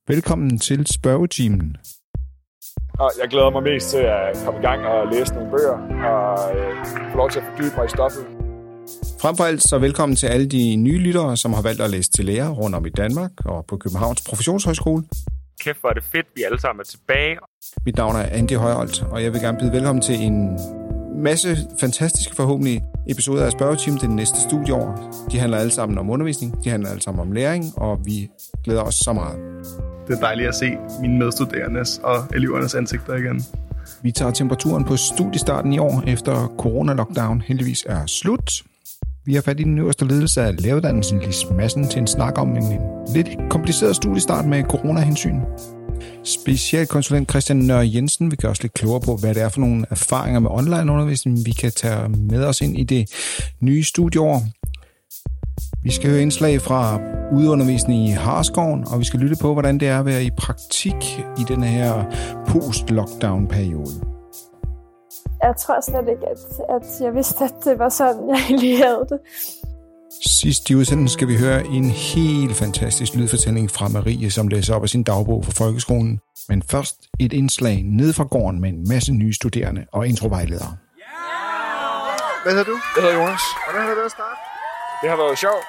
Velkommen til spørgetimen. Jeg glæder mig mest til at komme i gang og læse nogle bøger og få lov til at fordybe mig i stoffet. Frem for alt så velkommen til alle de nye lyttere, som har valgt at læse til lærer rundt om i Danmark og på Københavns Professionshøjskole. Kæft, hvor er det fedt, vi alle sammen er tilbage. Mit navn er Andy Højholt, og jeg vil gerne byde velkommen til en masse fantastiske forhåbentlig episoder af spørgetimen det næste studieår. De handler alle sammen om undervisning, de handler alle sammen om læring, og vi glæder os så meget. Det er dejligt at se mine medstuderendes og elevernes ansigter igen. Vi tager temperaturen på studiestarten i år, efter corona-lockdown heldigvis er slut. Vi har fat i den øverste ledelse af læreruddannelsen Lis Madsen til en snak om en lidt kompliceret studiestart med coronahensyn. Specialkonsulent Christian Nørre Jensen vil gøre os lidt klogere på, hvad det er for nogle erfaringer med online-undervisning, vi kan tage med os ind i det nye studieår. Vi skal høre indslag fra udeundervisning i Harskoven, og vi skal lytte på, hvordan det er at være i praktik i den her post-lockdown-periode. Jeg tror slet ikke, at jeg vidste, at det var sådan, jeg egentlig havde det. Sidst i udsendelsen skal vi høre en helt fantastisk lydfortælling fra Marie, som læser op af sin dagbog fra folkeskolen. Men først et indslag ned fra gården med en masse nye studerende og introvejledere. Hvad hedder du? Jeg hedder Jonas. Hvordan har det været at starte? Det har været sjovt.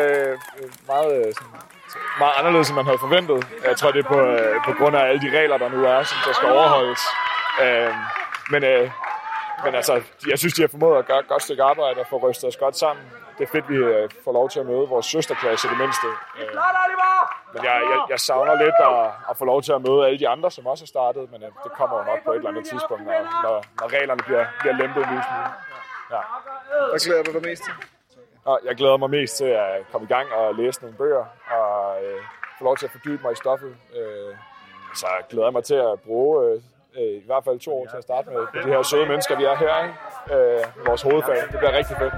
Meget anderledes, end man havde forventet. Jeg tror, det er på grund af alle de regler, der nu er, som der skal overholdes. Men altså, jeg synes, de har formået at gøre et godt stykke arbejde og få rystet os godt sammen. Det er fedt, vi får lov til at møde vores søsterklasse det mindste. Men jeg savner lidt at få lov til at møde alle de andre, som også har startet, men det kommer jo nok på et eller andet tidspunkt, når reglerne bliver lempet en lille smule. Ja. Hvad glæder du dig mest til? Jeg glæder mig mest til at komme i gang og læse nogle bøger og få lov til at fordybe mig i stoffet. Så glæder jeg mig til at bruge i hvert fald 2 år til at starte med de her søde mennesker, vi er her, ikke? Vores hovedfag. Det bliver rigtig fedt.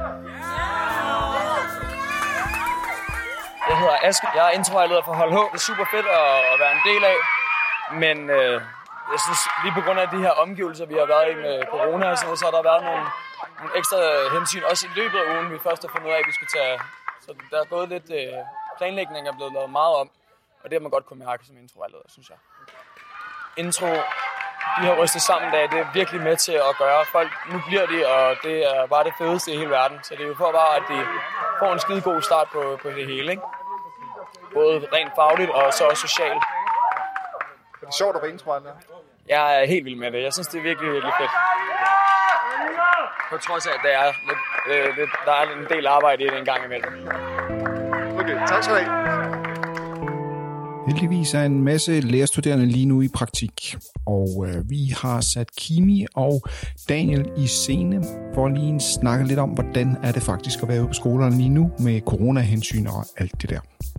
Jeg hedder Aske. Jeg er introvejleder for Hold H. Det er super fedt at være en del af. Men jeg synes, lige på grund af de her omgivelser, vi har været i med corona og sådan noget, så har der været nogle ekstra hensyn, også i løbet af ugen, vi først har fundet ud af, at vi skulle tage. Så der er gået lidt planlægning er blevet lavet meget om, og det har man godt kunne mærke som introvejleder, synes jeg. Intro, de har rystet sammen af, det er virkelig med til at gøre. Folk, nu bliver de, og det er bare det fedeste i hele verden. Så det er jo for bare, at de får en skide god start på det hele, ikke? Både rent fagligt og så også socialt. Er det sjovt at være introvejleder? Jeg er helt vild med det. Jeg synes, det er virkelig, virkelig fedt. På trods af, at der er en del arbejde i det en gang imellem. Okay, tak skal du have. Heldigvis er en masse lærerstuderende lige nu i praktik, og vi har sat Kimi og Daniel i scene for lige en snakke lidt om, hvordan er det faktisk at være ude på skolerne lige nu med coronahensyn og alt det der.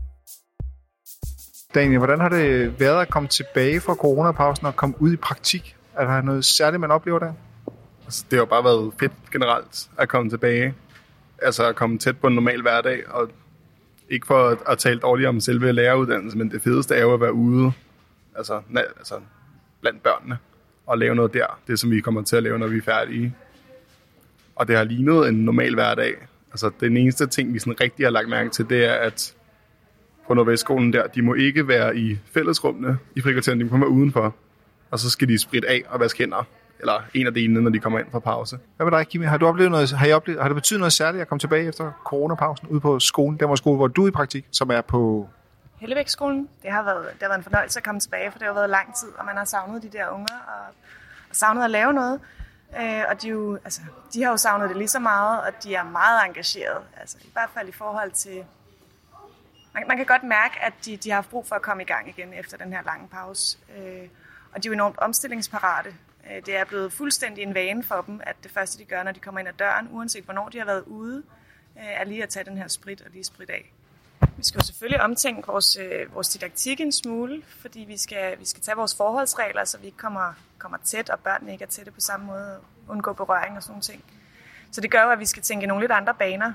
Daniel, hvordan har det været at komme tilbage fra coronapausen og komme ud i praktik? Er der noget særligt, man oplever der? Altså, det har jo bare været fedt generelt at komme tilbage. Altså at komme tæt på en normal hverdag, og ikke for at tale dårligt om selve læreruddannelsen, men det fedeste er jo at være ude, altså blandt børnene, og lave noget der. Det, som vi kommer til at lave, når vi er færdige. Og det har lignet en normal hverdag. Altså, den eneste ting, vi sådan rigtig har lagt mærke til, det er, at på Nordvestskolen der, de må ikke være i fællesrummene i frikvarteren, de må komme udenfor. Og så skal de spritte af og vaske hænder. Eller en af delene, når de kommer ind fra pause. Hvad med dig, Kimi? Har du oplevet noget? Har det betydet noget særligt at komme tilbage efter coronapausen ude på skolen? Den var skole, hvor du er i praktik, som er på Hellebækskolen. Det har været en fornøjelse at komme tilbage, for det har været lang tid, og man har savnet de der unger og savnet at lave noget. Og de har jo savnet det lige så meget, og de er meget engagerede. Altså i hvert fald i forhold til. Man kan godt mærke, at de har haft brug for at komme i gang igen efter den her lange pause. Og de er jo enormt omstillingsparate. Det er blevet fuldstændig en vane for dem, at det første, de gør, når de kommer ind ad døren, uanset hvornår de har været ude, er lige at tage den her sprit og lige spritte af. Vi skal jo selvfølgelig omtænke vores didaktik en smule, fordi vi skal tage vores forholdsregler, så vi ikke kommer tæt, og børnene ikke er tætte på samme måde, undgå berøring og sådan nogle ting. Så det gør jo, at vi skal tænke nogle lidt andre baner.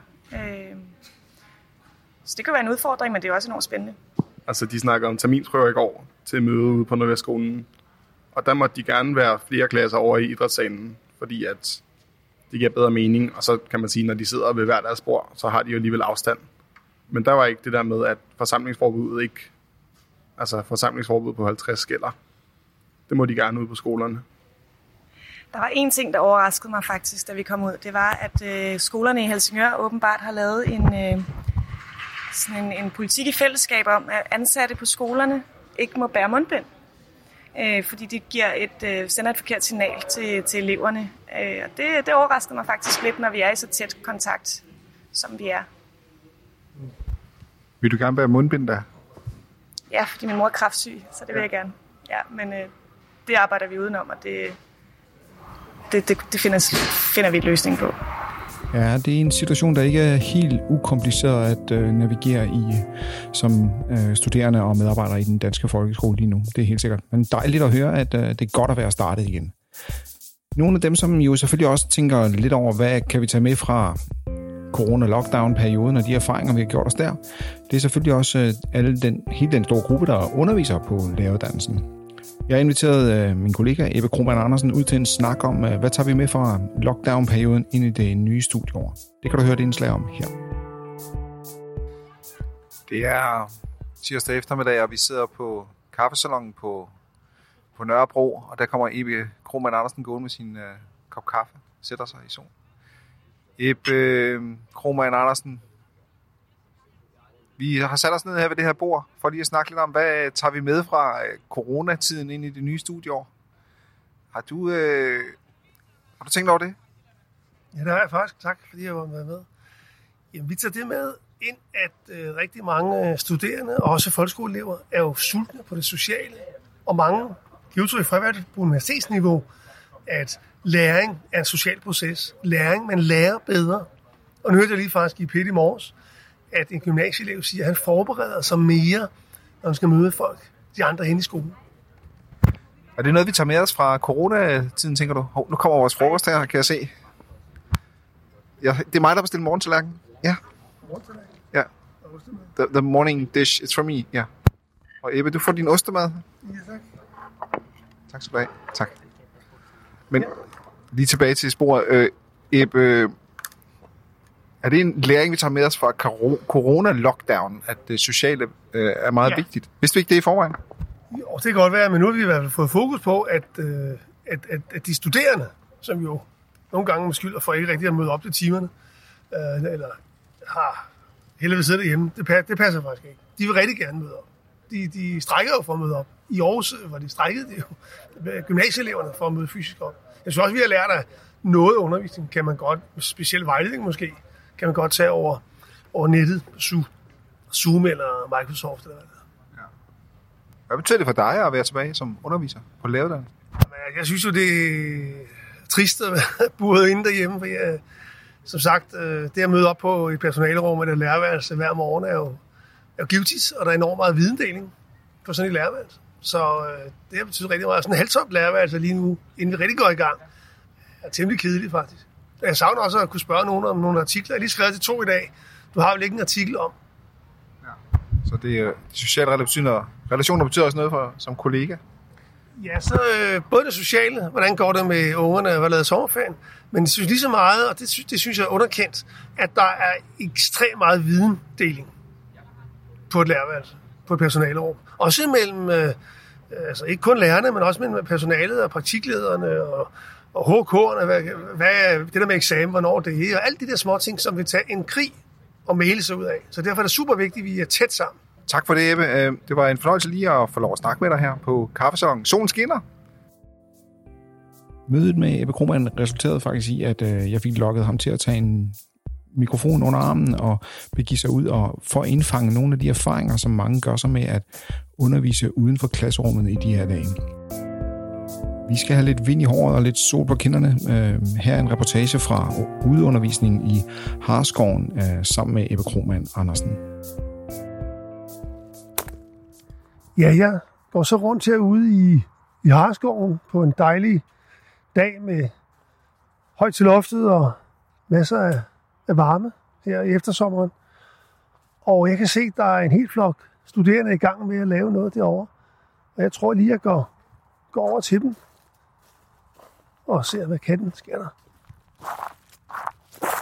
Så det kan være en udfordring, men det er også enormt spændende. Altså, de snakker om terminsprøver i går til møde ude på Nordvestskolen. Og der måtte de gerne være flere klasser over i idrætssalen, fordi at det giver bedre mening. Og så kan man sige, når de sidder ved hver deres bord, så har de jo alligevel afstand. Men der var ikke det der med, at forsamlingsforbuddet ikke Altså forsamlingsforbud på 50 gælder. Det må de gerne ud på skolerne. Der var en ting, der overraskede mig faktisk, da vi kom ud. Det var, at skolerne i Helsingør åbenbart har lavet en politik i fællesskab om, at ansatte på skolerne ikke må bære mundbind. Fordi det sender et forkert signal til eleverne. Og det overraskede mig faktisk lidt, når vi er i så tæt kontakt, som vi er. Vil du gerne bære mundbind der? Ja, fordi min mor er kræftsyg, så det vil jeg gerne. Ja, men det arbejder vi udenom, og det finder vi et løsning på. Ja, det er en situation, der ikke er helt ukompliceret at navigere i som studerende og medarbejdere i den danske folkeskole lige nu. Det er helt sikkert. Men dejligt at høre, at det er godt at være startet igen. Nogle af dem, som jo selvfølgelig også tænker lidt over, hvad kan vi tage med fra corona-lockdown-perioden og de erfaringer, vi har gjort os der, det er selvfølgelig også hele den store gruppe, der underviser på læreruddannelsen. Jeg har inviteret min kollega Ebbe Kromann Andersen ud til en snak om, hvad tager vi med fra lockdown-perioden ind i det nye studieår. Det kan du høre et indslag om her. Det er tirsdag eftermiddag, og vi sidder på kaffesalongen på Nørrebro, og der kommer Ebbe Kromann Andersen gående med sin kop kaffe, sætter sig i solen. Ebbe Kromann Andersen, vi har sat os ned her ved det her bord, for lige at snakke lidt om, hvad tager vi med fra coronatiden ind i det nye studieår. Har du tænkt over det? Ja, det har jeg faktisk. Tak, fordi jeg var med. Jamen, vi tager det med ind, at rigtig mange studerende, og også folkeskoleelever, er jo sultne på det sociale. Og mange giver udtryk fra hvert på universitetsniveau, at læring er en social proces. Læring, man lærer bedre. Og nu hørte jeg lige faktisk i P1 i morges, at en gymnasieelev siger, at han forbereder sig mere, når han skal møde folk, de andre hen i skolen. Er det noget, vi tager med os fra coronatiden, tænker du? Nu kommer vores frokost her, kan jeg se. Ja, det er mig, der bestiller morgentallerken. Ja. Ja. The morning dish, it's for me. Ja. Og Ebbe, du får din ostemad. Ja, tak. Tak skal du have. Tak. Men lige tilbage til sporet. Ebbe, er det en læring, vi tager med os fra corona-lockdown, at det sociale er meget vigtigt? Vidste vi ikke det i forvejen? Jo, det kan godt være, men nu har vi i hvert fald fået fokus på, at de studerende, som jo nogle gange med skyld for ikke rigtig at møde op til timerne, eller har heldigvis siddet derhjemme, det passer faktisk ikke. De vil rigtig gerne møde op. De strækker jo for at møde op. I Aarhus, hvor de strækkede det jo, gymnasieeleverne for at møde fysisk op. Jeg synes også, vi har lært, at noget undervisning kan man godt, specielt vejledning måske, kan man godt tage over nettet, Zoom eller Microsoft eller hvad det er. Ja. Hvad betyder det for dig at være tilbage som underviser på læreruddannelsen? Jeg synes jo, det er trist at være buret inde derhjemme, for som sagt, det at møde op på et personalerum eller et lærerværelse hver morgen er jo givtigt, og der er enormt meget videndeling på sådan et lærerværelse. Så det har betydet rigtig meget. Sådan en halvtomt lærerværelse lige nu, inden vi rigtig går i gang, er temmelig kedeligt faktisk. Jeg savner også at kunne spørge nogen om nogle artikler. Jeg har lige skrevet til 2 i dag. Du har vel ikke en artikel om? Ja. Så det er sociale relationer betyder også noget for som kollega? Ja, så både det sociale, hvordan går det med ungerne, hvad lavede sommerferien, men jeg synes lige så meget, og det synes jeg er underkendt, at der er ekstremt meget videndeling på et lærerværelse, på et personalerum. Også mellem, altså ikke kun lærerne, men også mellem personalet og praktiklederne og HK'erne, hvad det der med eksamen, hvornår det er, og alt de der små ting, som vil tage en krig og male sig ud af. Så derfor er det super vigtigt, at vi er tæt sammen. Tak for det, Ebbe. Det var en fornøjelse lige at få lov at snakke med dig her på kaffesalongen. Solen skinner. Mødet med Ebbe Kromann resulterede faktisk i, at jeg fik lokket ham til at tage en mikrofon under armen og begive sig ud og for at indfange nogle af de erfaringer, som mange gør sig med at undervise uden for klasserummet i de her dage. Vi skal have lidt vind i håret og lidt sol på kinderne. Her er en reportage fra udeundervisningen i Harskoven sammen med Ebbe Kromann Andersen. Ja, jeg går så rundt herude i Harskoven på en dejlig dag med højt til loftet og masser af varme her i eftersommeren. Og jeg kan se, at der er en helt flok studerende i gang med at lave noget derovre. Og jeg tror lige, at jeg går over til dem og ser, hvad katten sker der.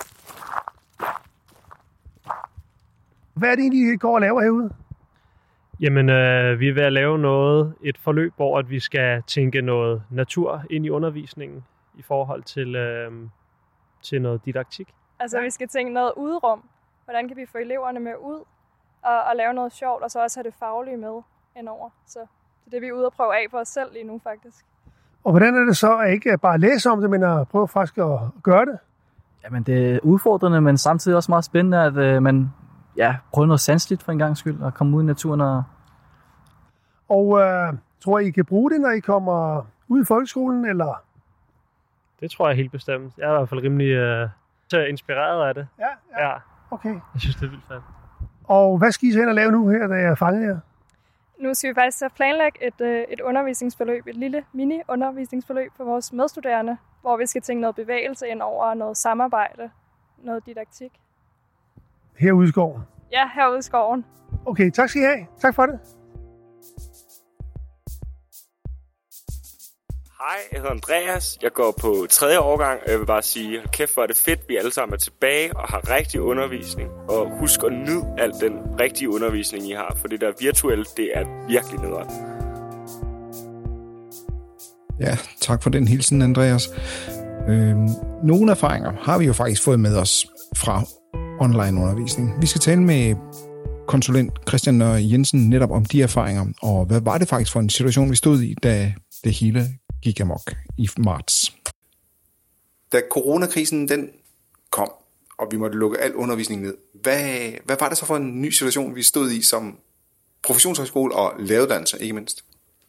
Hvad er det egentlig, I går og laver herude? Jamen, vi er ved at lave et forløb, hvor at vi skal tænke noget natur ind i undervisningen i forhold til noget didaktik. Altså, vi skal tænke noget uderum. Hvordan kan vi få eleverne med ud og lave noget sjovt, og så også have det faglige med indover. Så det er det, vi er ude og prøve af for os selv lige nu, faktisk. Og hvordan er det så at ikke bare læse om det, men at prøve faktisk at gøre det? Jamen, det er udfordrende, men samtidig også meget spændende, at man prøver noget sanseligt for en gang skyld, og komme ud i naturen. Og tror I kan bruge det, når I kommer ud i folkeskolen, eller? Det tror jeg helt bestemt. Jeg er i hvert fald rimelig inspireret af det. Ja. Okay. Jeg synes, det er vildt fedt. Og hvad skal I så hen og lave nu her, da jeg er fanget her? Nu skal vi faktisk planlægge et undervisningsforløb, et lille mini-undervisningsforløb for vores medstuderende, hvor vi skal tænke noget bevægelse ind over, noget samarbejde, noget didaktik. Herude i skoven? Ja, herude i skoven. Okay, tak skal I have. Tak for det. Hej, jeg hedder Andreas. Jeg går på 3. årgang, og jeg vil bare sige, hold kæft, hvor er det fedt, vi alle sammen er tilbage og har rigtig undervisning. Og husk at nyde al den rigtige undervisning, I har, for det der virtuelle, det er virkelig nederen. Ja, tak for den hilsen, Andreas. Nogle erfaringer har vi jo faktisk fået med os fra online undervisning. Vi skal tale med konsulent Christian Nørre Jensen netop om de erfaringer, og hvad var det faktisk for en situation, vi stod i, da det hele gik amok i marts. Da coronakrisen den kom, og vi måtte lukke al undervisning ned, hvad var det så for en ny situation, vi stod i som professionshøjskole og læreruddannelser, ikke mindst?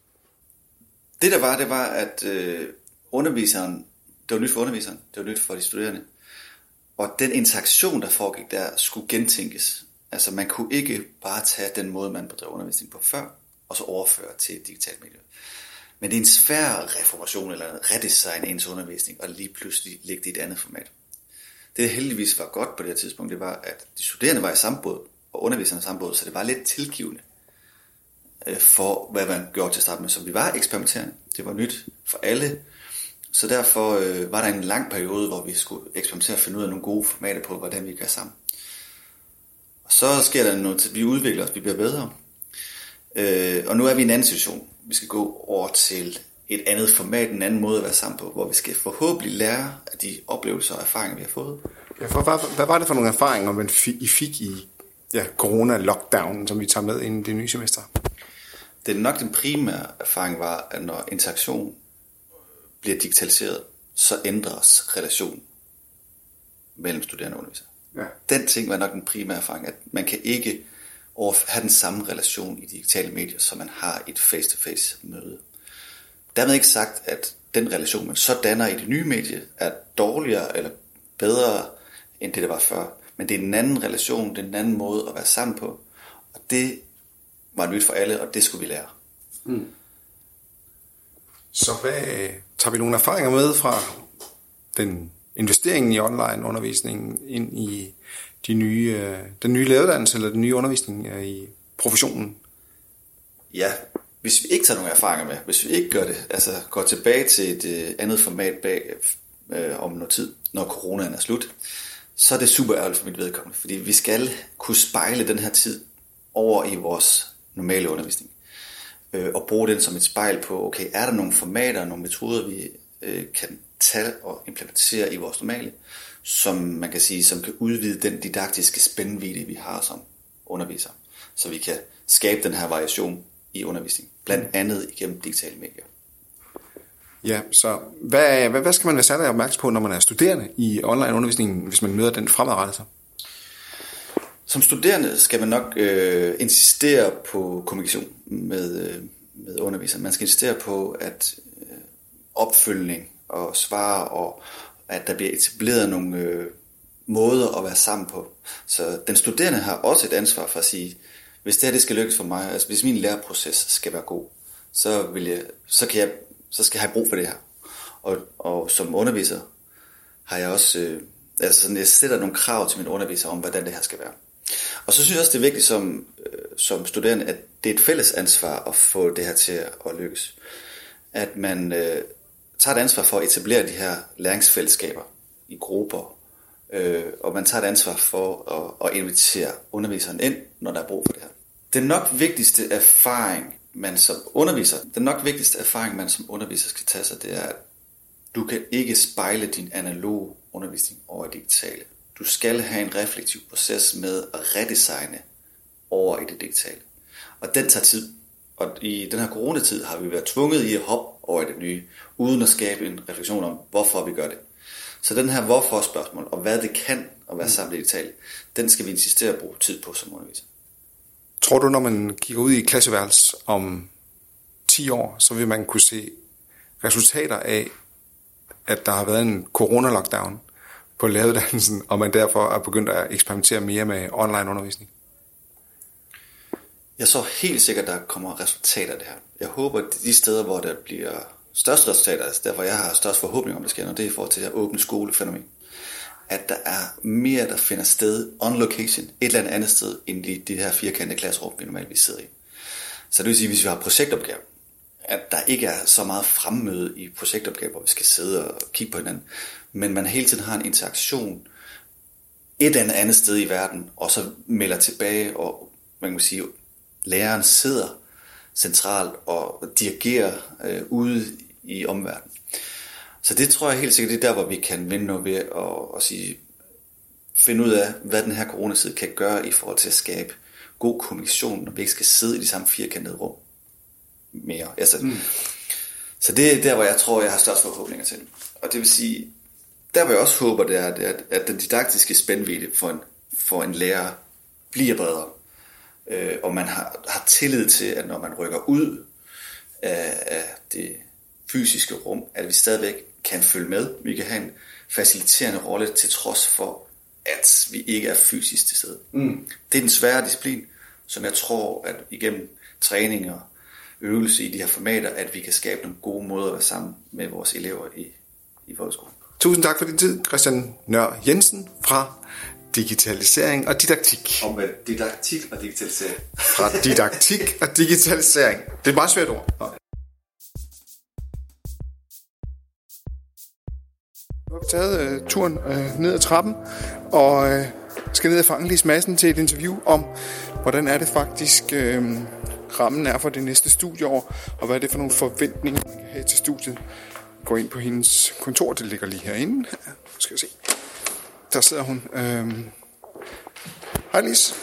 Det var, at underviseren, det var nyt for underviseren, det var nyt for de studerende, og den interaktion, der foregik der, skulle gentænkes. Altså man kunne ikke bare tage den måde, man bedrev undervisning på før, og så overføre til et digitalt medie. Men det er en svær reformation eller redesign af ens undervisning, og lige pludselig lægge det i et andet format. Det, der heldigvis var godt på det her tidspunkt, det var, at de studerende var i samme båd, og underviserne i samme båd, så det var lidt tilgivende for, hvad man gjorde til at starte med. Så vi var eksperimenterende. Det var nyt for alle. Så derfor var der en lang periode, hvor vi skulle eksperimentere og finde ud af nogle gode formater på, hvordan vi gør sammen. Og så sker der noget, vi udvikler os, vi bliver bedre. Og nu er vi i en anden situation. Vi skal gå over til et andet format, en anden måde at være sammen på, hvor vi skal forhåbentlig lære af de oplevelser og erfaringer, vi har fået. Ja, hvad var det for nogle erfaringer, I fik i corona-lockdown, som vi tager med ind i det nye semester? Det er nok den primære erfaring var, at når interaktion bliver digitaliseret, så ændres relationen mellem studerende og undervisere. Ja. Den ting var nok den primære erfaring, at man kan ikke have den samme relation i digitale medier, som man har i et face-to-face møde. Dermed ikke sagt, at den relation, man så danner i det nye medie, er dårligere eller bedre, end det var før. Men det er en anden relation, det er en anden måde at være sammen på. Og det var nyt for alle, og det skulle vi lære. Mm. Så tager vi nogle erfaringer med fra den investeringen i online undervisning ind i den nye læreruddannelse eller den nye undervisning i professionen? Ja, hvis vi ikke tager nogle erfaringer med, hvis vi ikke gør det, altså går tilbage til et andet format om noget tid, når coronaen er slut, så er det super ærgerligt for mit vedkommende, fordi vi skal kunne spejle den her tid over i vores normale undervisning, og bruge den som et spejl på, okay, er der nogle formater, nogle metoder, vi kan tage og implementere i vores normale, som man kan sige, som kan udvide den didaktiske spændvidde, vi har som undervisere, så vi kan skabe den her variation i undervisning, blandt andet igennem digitale medier. Ja, så hvad skal man være særlig opmærksom på, når man er studerende i online undervisning, hvis man møder den fremadrettet sig? Som studerende skal man nok insistere på kommunikation med underviseren. Man skal insistere på at opfølgning og svar, og at der bliver etableret nogle måder at være sammen på. Så den studerende har også et ansvar for at sige, hvis det her det skal lykkes for mig, altså hvis min læreproces skal være god, så skal jeg have brug for det her. Og som underviser har jeg også, jeg sætter nogle krav til min underviser om, hvordan det her skal være. Og så synes jeg også, det er vigtigt som studerende, at det er et fælles ansvar at få det her til at lykkes. At man tager et ansvar for at etablere de her læringsfællesskaber i grupper, og man tager et ansvar for at invitere underviseren ind, når der er brug for det her. Den nok vigtigste erfaring, man som underviser skal tage sig, det er, at du kan ikke spejle din analoge undervisning over det digitale. Du skal have en reflektiv proces med at redesigne over i det digitale. Og den tager tid. Og i den her coronatid har vi været tvunget i at hoppe over i det nye, uden at skabe en refleksion om, hvorfor vi gør det. Så den her hvorfor-spørgsmål, og hvad det kan at være sammen digitalt, den skal vi insistere at bruge tid på som underviser. Tror du, når man kigger ud i klasseværelset om 10 år, så vil man kunne se resultater af, at der har været en corona-lockdown på læreruddannelsen, og man derfor er begyndt at eksperimentere mere med online-undervisning? Jeg så helt sikkert, at der kommer resultater af det her. Jeg håber, at de steder, hvor der bliver størst resultater, altså derfor jeg har størst forhåbning om, det sker, og det er i forhold til det her åbne skolefænomen, at der er mere, der finder sted on location, et eller andet sted, end i de her firkantede klasserum, vi normalt sidder i. Så det vil sige, hvis vi har projektopgaver, at der ikke er så meget fremmøde i projektopgaver, hvor vi skal sidde og kigge på hinanden, men man hele tiden har en interaktion et eller andet sted i verden, og så melder tilbage, og man kan sige, læreren sidder centralt og dirigerer ude i omverdenen. Så det tror jeg helt sikkert, det er der, hvor vi kan vinde noget ved at sige, finde ud af, hvad den her coronatid kan gøre i forhold til at skabe god kommunikation, når vi ikke skal sidde i de samme firkantede rum mere. Altså, så det er der, hvor jeg tror, jeg har størst forhåbninger til. Og det vil sige, der hvor jeg også håber, det er, at den didaktiske spændvidde for en lærer bliver bredere. Og man har tillid til, at når man rykker ud af det fysiske rum, at vi stadigvæk kan følge med. Vi kan have en faciliterende rolle til trods for, at vi ikke er fysisk til stede. Det er den svære disciplin, som jeg tror, at igennem træning og øvelse i de her formater, at vi kan skabe nogle gode måder at være sammen med vores elever i folkeskolen. Tusind tak for din tid, Christian Nør Jensen fra Digitalisering og Didaktik. Om didaktik og digitalisering. Fra didaktik og digitalisering. Det er et meget svært ord. Nu har vi taget turen ned ad trappen og skal ned og fange Lis Madsen til et interview om, hvordan er det faktisk rammen er for det næste studieår, og hvad er det for nogle forventninger, man kan have til studiet. Gå ind på hendes kontor, det ligger lige herinde. Nu skal jeg se. Der sidder hun. Hej Lis.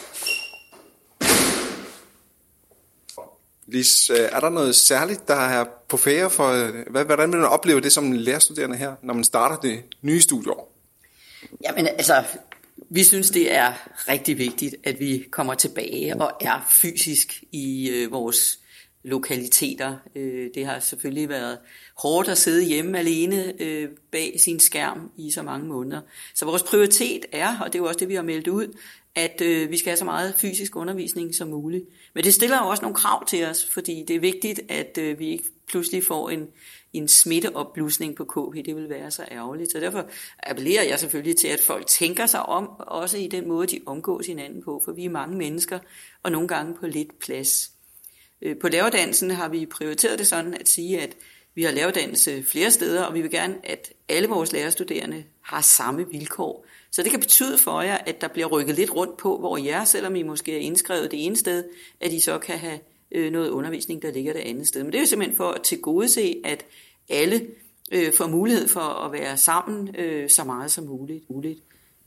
Lis, er der noget særligt, der er på færre for, hvordan vil man opleve det som lærerstuderende her, når man starter det nye studieår? Jamen altså, vi synes det er rigtig vigtigt, at vi kommer tilbage og er fysisk i vores lokaliteter. Det har selvfølgelig været hårdt at sidde hjemme alene bag sin skærm i så mange måneder. Så vores prioritet er, og det er jo også det, vi har meldt ud, at vi skal have så meget fysisk undervisning som muligt. Men det stiller jo også nogle krav til os, fordi det er vigtigt, at vi ikke pludselig får en smitteopblusning på KP. Det vil være så ærgerligt. Så derfor appellerer jeg selvfølgelig til, at folk tænker sig om, også i den måde, de omgås hinanden på, for vi er mange mennesker, og nogle gange på lidt plads. På læreruddannelsen har vi prioriteret det sådan at sige, at vi har læreruddannelse flere steder, og vi vil gerne, at alle vores lærerstuderende har samme vilkår. Så det kan betyde for jer, at der bliver rykket lidt rundt på, hvor I er, selvom I måske er indskrevet det ene sted, at I så kan have noget undervisning, der ligger det andet sted. Men det er jo simpelthen for at tilgodese, at alle får mulighed for at være sammen så meget som muligt.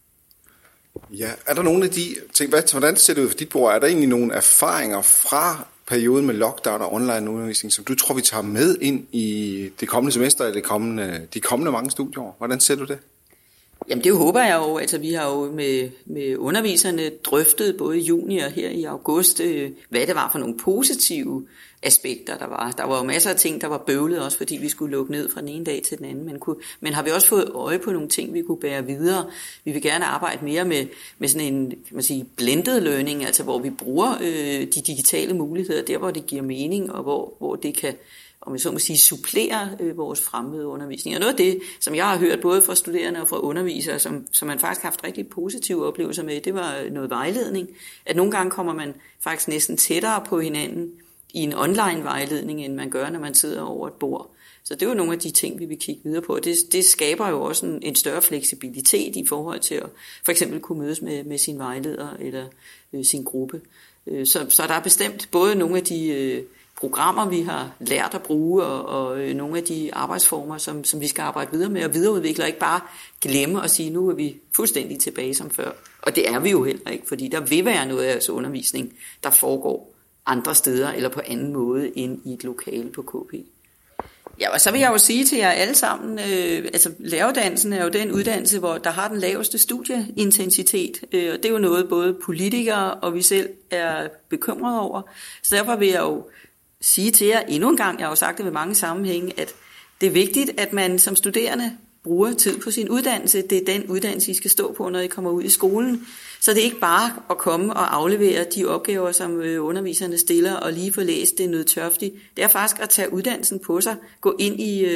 Ja, er der nogle af de ting, hvordan ser det ud for dit bord? Er der egentlig nogle erfaringer fra perioden med lockdown og online undervisning, som du tror, vi tager med ind i det kommende semester eller de kommende mange studieår? Hvordan ser du det? Jamen det håber jeg jo. Altså vi har jo med underviserne drøftet både i juni og her i august, hvad det var for nogle positive aspekter, der var. Der var jo masser af ting, der var bøvlet også, fordi vi skulle lukke ned fra den ene dag til den anden. Men har vi også fået øje på nogle ting, vi kunne bære videre? Vi vil gerne arbejde mere med sådan en, kan man sige, blended learning, altså hvor vi bruger de digitale muligheder der, hvor det giver mening, og hvor det kan, om jeg så må sige, supplere vores fremmøde undervisning. Og noget af det, som jeg har hørt både fra studerende og fra undervisere, som man faktisk har haft rigtig positive oplevelser med, det var noget vejledning. At nogle gange kommer man faktisk næsten tættere på hinanden i en online vejledning, end man gør, når man sidder over et bord. Så det er jo nogle af de ting, vi vil kigge videre på. Det skaber jo også en større fleksibilitet i forhold til at for eksempel kunne mødes med sin vejleder eller sin gruppe. Så der er bestemt både nogle af de programmer, vi har lært at bruge, og nogle af de arbejdsformer, som vi skal arbejde videre med og videreudvikle, og ikke bare glemme og sige, nu er vi fuldstændig tilbage som før. Og det er vi jo heller ikke, fordi der vil være noget af undervisning, der foregår andre steder eller på anden måde end i et lokale på KP. Ja, og så vil jeg jo sige til jer alle sammen, altså læreruddannelsen er jo den uddannelse, hvor der har den laveste studieintensitet, og det er jo noget både politikere og vi selv er bekymrede over. Så derfor vil jeg jo sige til jer endnu en gang, jeg har jo sagt det ved mange sammenhænge, at det er vigtigt, at man som studerende bruger tid på sin uddannelse. Det er den uddannelse, I skal stå på, når I kommer ud i skolen. Så det er ikke bare at komme og aflevere de opgaver, som underviserne stiller, og lige få læst det nødtørftigt. Det er faktisk at tage uddannelsen på sig, gå ind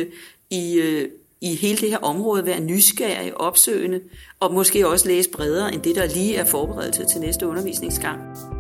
i hele det her område, være nysgerrig, opsøgende, og måske også læse bredere end det, der lige er forberedelse til næste undervisningsgang.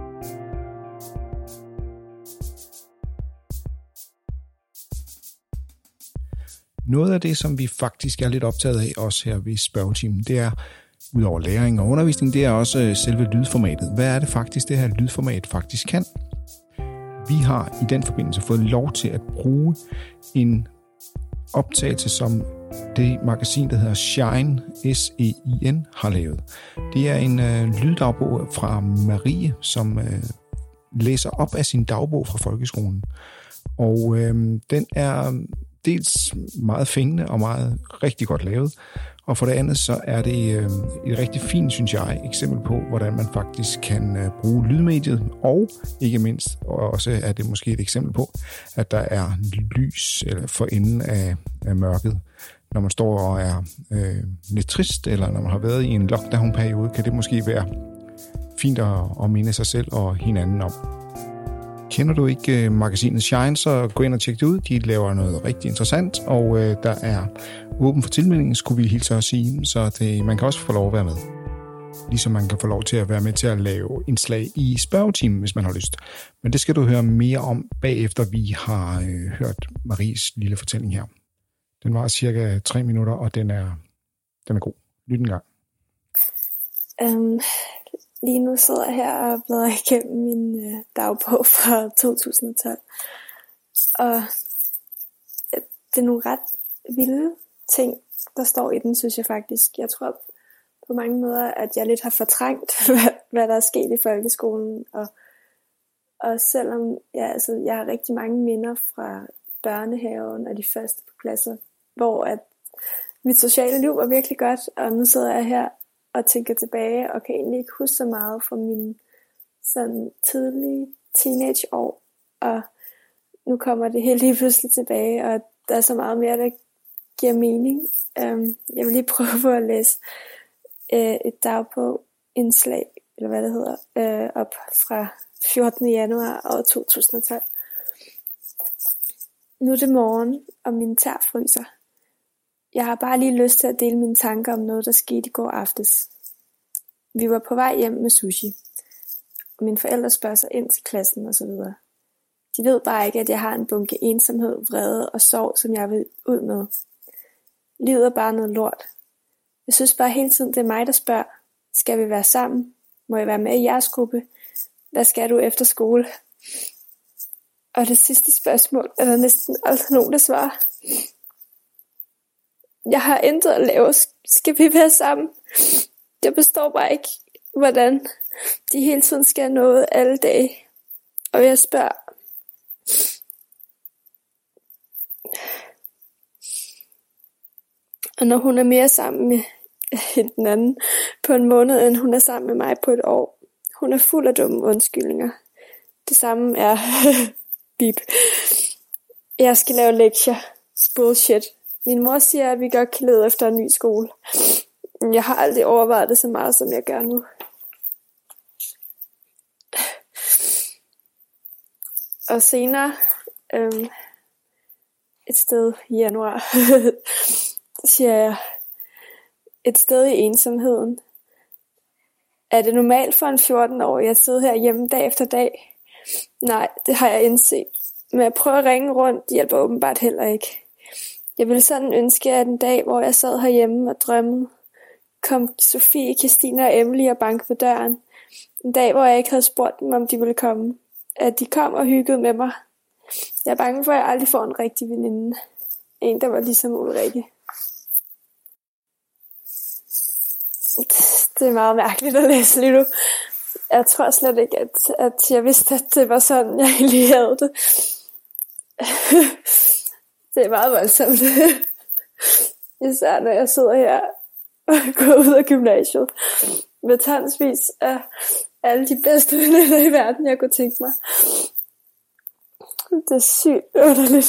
Noget af det, som vi faktisk er lidt optaget af, også her ved spørgetimen, det er, udover læring og undervisning, det er også selve lydformatet. Hvad er det faktisk, det her lydformat faktisk kan? Vi har i den forbindelse fået lov til at bruge en optagelse, som det magasin, der hedder Shine, S-E-I-N, har lavet. Det er en lyddagbog fra Marie, som læser op af sin dagbog fra folkeskolen. Og den er dels meget fængende og meget rigtig godt lavet, og for det andet så er det et rigtig fint, synes jeg, eksempel på, hvordan man faktisk kan bruge lydmediet, og ikke mindst også er det måske et eksempel på, at der er lys for enden af mørket. Når man står og er lidt trist, eller når man har været i en lockdown-periode, kan det måske være fint at minde sig selv og hinanden om. Kender du ikke magasinet Shine, så gå ind og tjek det ud. De laver noget rigtig interessant, og der er åben for tilmelding, skulle vi hilse at sige, så man kan også få lov at være med. Ligesom man kan få lov til at være med til at lave indslag i spørgetimen, hvis man har lyst. Men det skal du høre mere om bagefter, vi har hørt Maries lille fortælling her. Den var cirka 3 minutter, og den er god. Lyt en gang. Lige nu sidder jeg her og bladrer igennem min dagbog fra 2012. Og det er nogle ret vilde ting, der står i den, synes jeg faktisk. Jeg tror på mange måder, at jeg lidt har fortrængt, hvad der er sket i folkeskolen. Og selvom jeg har rigtig mange minder fra børnehaven og de første klasser, hvor at mit sociale liv var virkelig godt, og nu sidder jeg her og tænker tilbage, og kan egentlig ikke huske så meget fra mine sådan tidlige teenageår, og nu kommer det helt lige pludselig tilbage, og der er så meget mere, der giver mening. Jeg vil lige prøve på at læse et dagbogindslag, eller hvad det hedder, op fra 14. januar år 2012. Nu er det morgen, og min tær fryser. Jeg har bare lige lyst til at dele mine tanker om noget, der skete i går aftes. Vi var på vej hjem med sushi, og mine forældre spørger sig ind til klassen osv. De ved bare ikke, at jeg har en bunke ensomhed, vrede og sorg, som jeg vil ud med. Livet er bare noget lort. Jeg synes bare hele tiden, det er mig, der spørger, skal vi være sammen? Må jeg være med i jeres gruppe? Hvad skal du efter skole? Og det sidste spørgsmål er der næsten aldrig nogen, der svarer. Jeg har intet at lave. Skal vi være sammen? Jeg forstår bare ikke, hvordan de hele tiden skal noget alle dage. Og jeg spørger, og når hun er mere sammen med den anden på en måned, end hun er sammen med mig på et år. Hun er fuld af dumme undskyldninger. Det samme er bip. Jeg skal lave lektier. Bullshit. Min mor siger, at vi godt kan lede efter en ny skole. Jeg har aldrig overvejet det så meget, som jeg gør nu. Og senere, et sted i januar, siger jeg, et sted i ensomheden. Er det normalt for en 14-årig at sidde her hjemme dag efter dag? Nej, det har jeg indset. Men at prøve at ringe rundt hjælper åbenbart heller ikke. Jeg ville sådan ønske, at en dag, hvor jeg sad herhjemme og drømmede, kom Sofie, Christina og Emily og banke på døren. en dag, hvor jeg ikke havde spurgt dem, om de ville komme. At de kom og hyggede med mig. Jeg er bange for, at jeg aldrig får en rigtig veninde. En, der var ligesom Ulrikke. Det er meget mærkeligt at læse lige nu. Jeg tror slet ikke, at jeg vidste, at det var sådan, jeg egentlig havde det. Det er meget voldsomt. Især når jeg sidder her og går ud af gymnasiet med tonsvis af alle de bedste veninder i verden, jeg kunne tænke mig. Det er sygt underligt.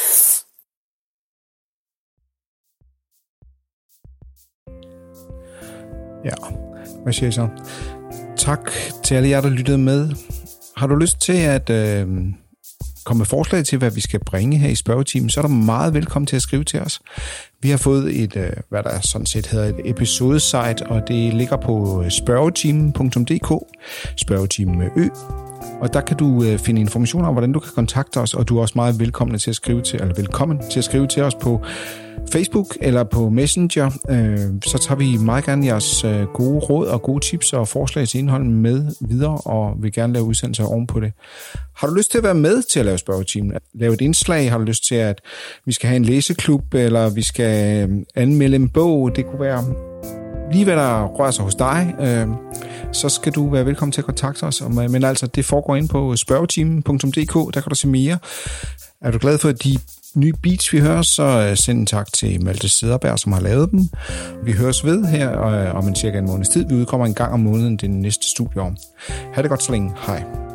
Ja, hvad siger I så? Tak til alle jer, der lyttede med. Har du lyst til at komme med forslag til, hvad vi skal bringe her i spørgetimen, så er du meget velkommen til at skrive til os. Vi har fået et, hvad der sådan set hedder et episodesite, og det ligger på spørgetimen.dk, spørgetimen med ø. Og der kan du finde information om, hvordan du kan kontakte os, og du er også meget velkommen til at skrive til os på Facebook eller på Messenger. Så tager vi meget gerne jeres gode råd og gode tips og forslag til indhold med videre, og vil gerne lave udsendelser oven på det. Har du lyst til at være med til at lave spørgetimen? Lave et indslag? Har du lyst til, at vi skal have en læseklub, eller vi skal anmelde en bog? Det kunne være lige hvad der rører sig hos dig, så skal du være velkommen til at kontakte os. Men altså, det foregår ind på spørgetimen.dk, der kan du se mere. Er du glad for de nye beats, vi hører, så send en tak til Malte Cederberg, som har lavet dem. Vi høres ved her om cirka en måneds tid. Vi udkommer en gang om måneden det næste studieår. Ha' det godt så længe. Hej.